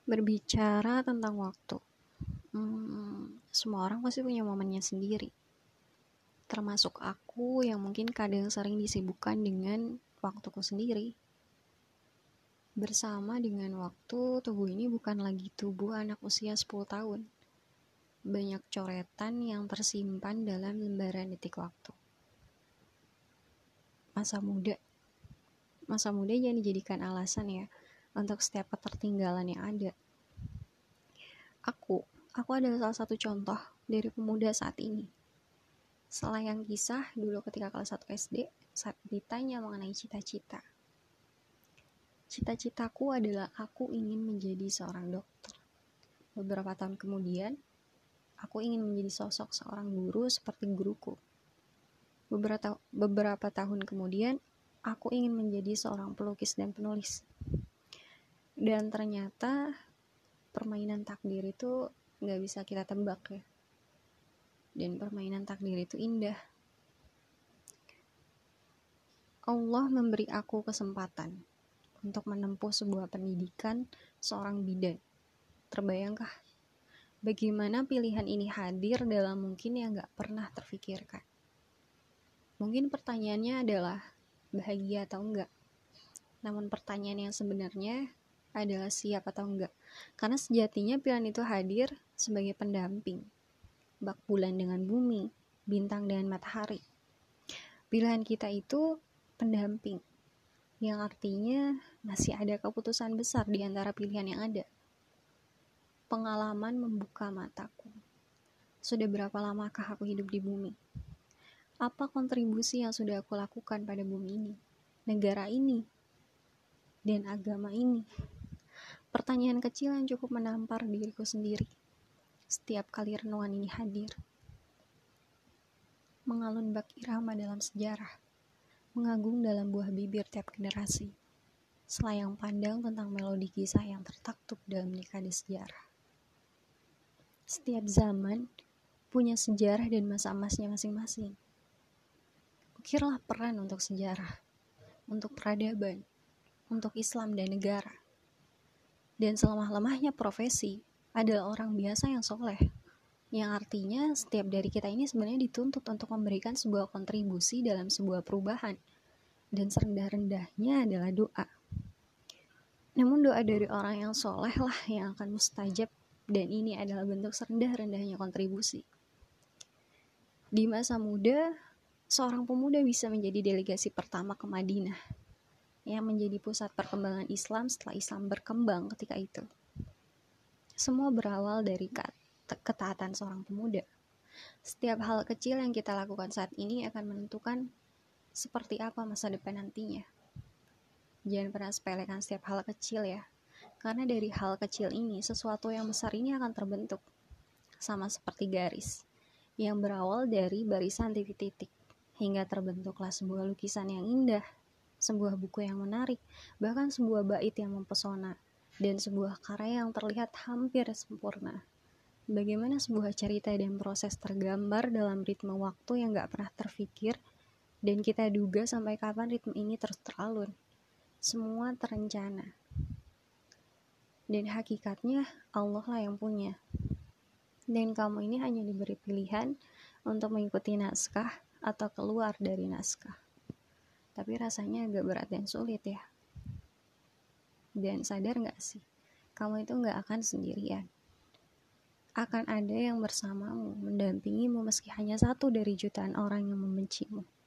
Berbicara tentang waktu, semua orang pasti punya momennya sendiri. Termasuk aku yang mungkin kadang sering disibukkan dengan waktuku sendiri. Bersama dengan waktu, tubuh ini bukan lagi tubuh anak usia 10 tahun. Banyak coretan yang tersimpan dalam lembaran detik waktu. Masa muda jangan dijadikan alasan ya untuk setiap ketertinggalan yang ada. Aku adalah salah satu contoh dari pemuda saat ini. Selayang kisah dulu ketika kelas 1 SD saat ditanya mengenai cita-cita. Cita-citaku adalah aku ingin menjadi seorang dokter. Beberapa tahun kemudian, aku ingin menjadi sosok seorang guru seperti guruku. Beberapa tahun kemudian, aku ingin menjadi seorang pelukis dan penulis. Dan ternyata permainan takdir itu gak bisa kita tebak ya. Dan permainan takdir itu indah. Allah memberi aku kesempatan untuk menempuh sebuah pendidikan seorang bidan. Terbayangkah bagaimana pilihan ini hadir dalam mungkin yang gak pernah terfikirkan? Mungkin pertanyaannya adalah bahagia atau enggak? Namun pertanyaan yang sebenarnya adalah siap atau enggak? Karena sejatinya pilihan itu hadir sebagai pendamping. Bak bulan dengan bumi, bintang dengan matahari. Pilihan kita itu pendamping, yang artinya masih ada keputusan besar di antara pilihan yang ada. Pengalaman membuka mataku. Sudah berapa lamakah aku hidup di bumi? Apa kontribusi yang sudah aku lakukan pada bumi ini, negara ini, dan agama ini? Pertanyaan kecil yang cukup menampar diriku sendiri setiap kali renungan ini hadir. Mengalun bak irama dalam sejarah, mengagung dalam buah bibir tiap generasi. Selayang pandang tentang melodi kisah yang tertaktuk dalam dekade sejarah. Setiap zaman punya sejarah dan masa emasnya masing-masing. Ukirlah peran untuk sejarah, untuk peradaban, untuk Islam dan negara. Dan selemah-lemahnya profesi adalah orang biasa yang soleh, yang artinya setiap dari kita ini sebenarnya dituntut untuk memberikan sebuah kontribusi dalam sebuah perubahan. Dan serendah-rendahnya adalah doa. Namun doa dari orang yang soleh lah yang akan mustajab, dan ini adalah bentuk serendah-rendahnya kontribusi. Di masa muda, seorang pemuda bisa menjadi delegasi pertama ke Madinah, yang menjadi pusat perkembangan Islam setelah Islam berkembang ketika itu. Semua berawal dari ketaatan seorang pemuda. Setiap hal kecil yang kita lakukan saat ini akan menentukan seperti apa masa depan nantinya. Jangan pernah sepelekan setiap hal kecil ya. Karena dari hal kecil ini, sesuatu yang besar ini akan terbentuk. Sama seperti garis, yang berawal dari barisan titik-titik, hingga terbentuklah sebuah lukisan yang indah, sebuah buku yang menarik, bahkan sebuah bait yang mempesona, dan sebuah karya yang terlihat hampir sempurna. Bagaimana sebuah cerita dan proses tergambar dalam ritme waktu yang gak pernah terfikir, dan kita duga sampai kapan ritme ini terus teralun. Semua terencana. Dan hakikatnya Allah lah yang punya. Dan kamu ini hanya diberi pilihan untuk mengikuti naskah atau keluar dari naskah. Tapi rasanya agak berat dan sulit ya. Dan sadar gak sih, kamu itu gak akan sendirian. Akan ada yang bersamamu, mendampingimu meski hanya satu dari jutaan orang yang membencimu.